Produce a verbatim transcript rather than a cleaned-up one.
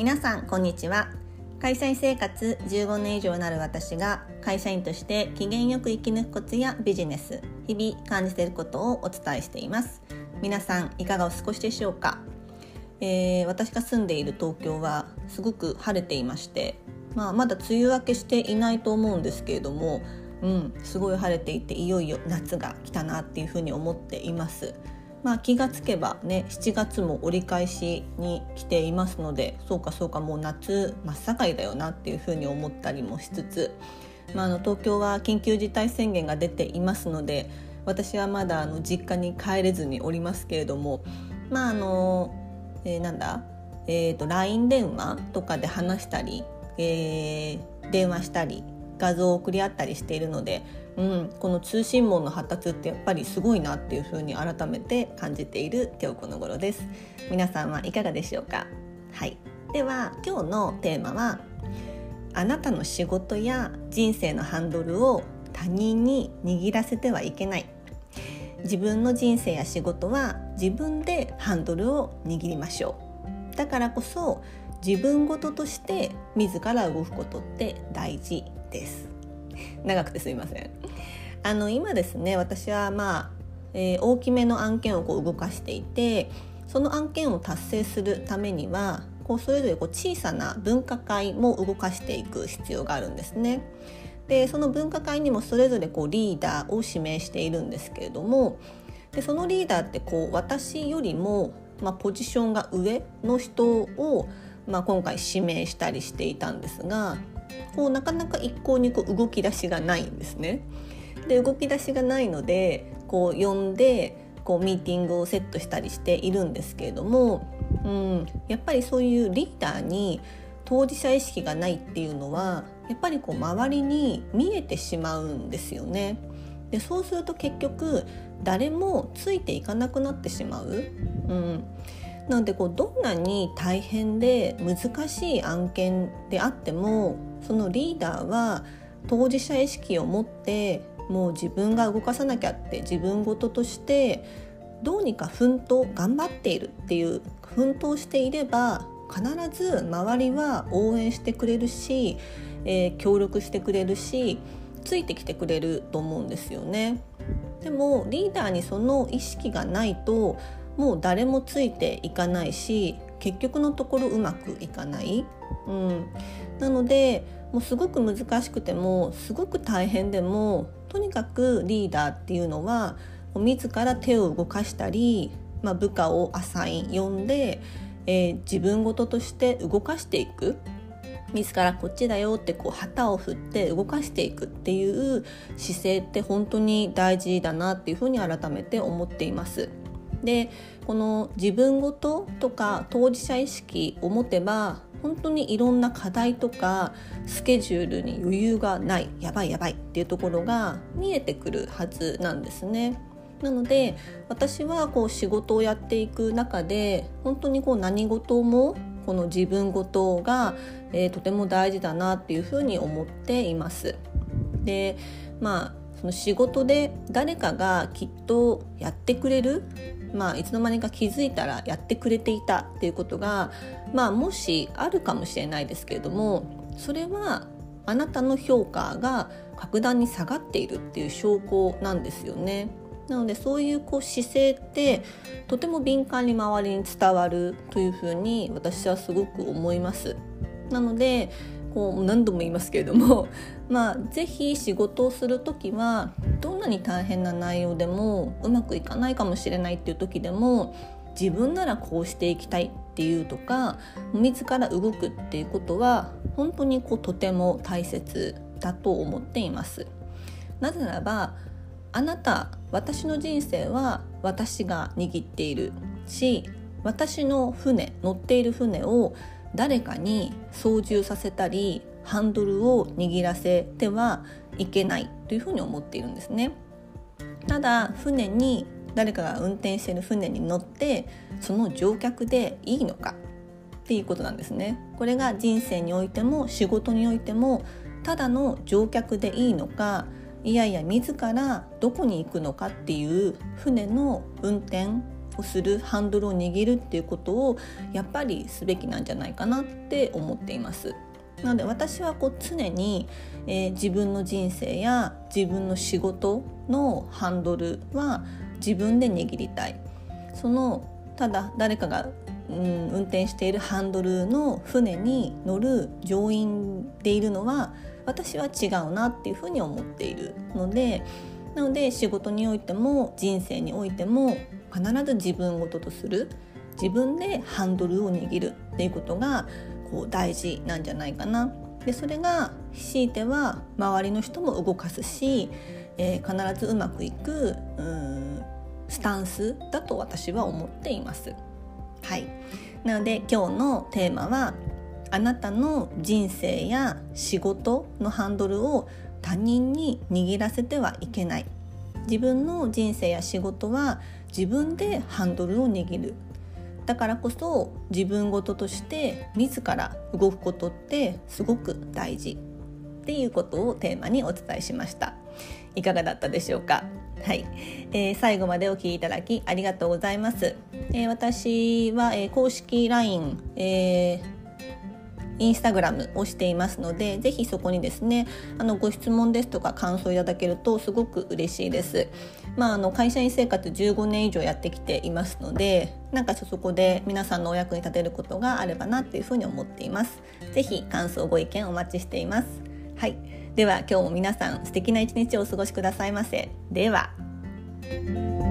皆さんこんにちは。会社員生活じゅうごねん以上になる私が会社員として機嫌よく生き抜くコツやビジネス、日々感じていることをお伝えしています。皆さんいかがお過ごしでしょうか。えー、私が住んでいる東京はすごく晴れていまして、まあ、まだ梅雨明けしていないと思うんですけれども、うん、すごい晴れていていよいよ夏が来たなっていうふうに思っています。まあ、気がつけばねしちがつも折り返しに来ていますので、そうかそうかもう夏真っ盛りだよなっていうふうに思ったりもしつつ、まあ、あの東京は緊急事態宣言が出ていますので、私はまだあの実家に帰れずにおりますけれども、まああの、えー、なんだ、えーと、ライン 電話とかで話したり、えー、電話したり画像を送り合ったりしているので、うん、この通信網の発達ってやっぱりすごいなっていうふうに改めて感じている今日この頃です。皆さんはいかがでしょうか。はい、では今日のテーマは、あなたの仕事や人生のハンドルを他人に握らせてはいけない。自分の人生や仕事は自分でハンドルを握りましょう。だからこそ自分事として自ら動くことって大事です。長くてすいません。あの今ですね、私はまあ、えー、大きめの案件をこう動かしていて、その案件を達成するためにはこうそれぞれこう小さな分科会も動かしていく必要があるんですね。でその分科会にもそれぞれこうリーダーを指名しているんですけれども、でそのリーダーってこう私よりも、まあ、ポジションが上の人を、まあ、今回指名したりしていたんですが、こうなかなか一向にこう動き出しがないんですね。で動き出しがないのでこう呼んでこうミーティングをセットしたりしているんですけれども、うん、やっぱりそういうリーダーに当事者意識がないっていうのはやっぱりこう周りに見えてしまうんですよね。でそうすると結局誰もついていかなくなってしまう、うん、なのでこうどんなに大変で難しい案件であっても、そのリーダーは当事者意識を持ってもう自分が動かさなきゃって自分事としてどうにか奮闘頑張っているっていう奮闘していれば、必ず周りは応援してくれるし、えー、協力してくれるしついてきてくれると思うんですよね。でもリーダーにその意識がないともう誰もついていかないし、結局のところうまくいかない、うん、なのでもうすごく難しくてもすごく大変でも、とにかくリーダーっていうのは自ら手を動かしたり、まあ、部下をアサイン呼んで、えー、自分事として動かしていく、自らこっちだよってこう旗を振って動かしていくっていう姿勢って本当に大事だなっていうふうに改めて思っています。でこの自分ごととか当事者意識を持てば、本当にいろんな課題とかスケジュールに余裕がない、やばいやばいっていうところが見えてくるはずなんですね。なので私はこう仕事をやっていく中で本当にこう何事もこの自分ごとが、えー、とても大事だなっていうふうに思っています。でまあその仕事で誰かがきっとやってくれる、まあ、いつの間にか気づいたらやってくれていたっていうことが、まあ、もしあるかもしれないですけれども、それはあなたの評価が格段に下がっているっていう証拠なんですよね。なのでそういうこう姿勢ってとても敏感に周りに伝わるというふうに私はすごく思います。なのでこう何度も言いますけれども、まあ、ぜひ仕事をするときはどんなに大変な内容でもうまくいかないかもしれないっていう時でも、自分ならこうしていきたいっていうとか自ら動くっていうことは本当にこうとても大切だと思っています。なぜならばあなた、私の人生は私が握っているし、私の船、乗っている船を誰かに操縦させたりハンドルを握らせてはいけないというふうに思っているんですね。ただ船に誰かが運転している船に乗ってその乗客でいいのかっていうことなんですね。これが人生においても仕事においてもただの乗客でいいのか、いやいや自らどこに行くのかっていう船の運転をする、ハンドルを握るっていうことをやっぱりすべきなんじゃないかなって思っています。なので私はこう常に、えー、自分の人生や自分の仕事のハンドルは自分で握りたい。そのただ誰かが、うん、運転しているハンドルの船に乗る乗員でいるのは私は違うなっていうふうに思っているので、なので仕事においても人生においても必ず自分ごととする、自分でハンドルを握るっていうことがこう大事なんじゃないかな。でそれが強いては周りの人も動かすし、えー、必ずうまくいく、うーん、スタンスだと私は思っています。はい、なので今日のテーマは、あなたの人生や仕事のハンドルを他人に握らせてはいけない。自分の人生や仕事は自分でハンドルを握る。だからこそ自分ごととして自ら動くことってすごく大事っていうことをテーマにお伝えしました。いかがだったでしょうか。はい、えー、最後までお聞きいただきありがとうございます。えー、私は、えー、公式 ライン、えーインスタグラムをしていますので、ぜひそこにですね、あのご質問ですとか感想いただけるとすごく嬉しいです。まあ、あの会社員生活じゅうごねん以上やってきていますので、なんかそこで皆さんのお役に立てることがあればなというふうに思っています。ぜひ感想ご意見お待ちしています。はい、では今日も皆さん素敵な一日をお過ごしくださいませ。では。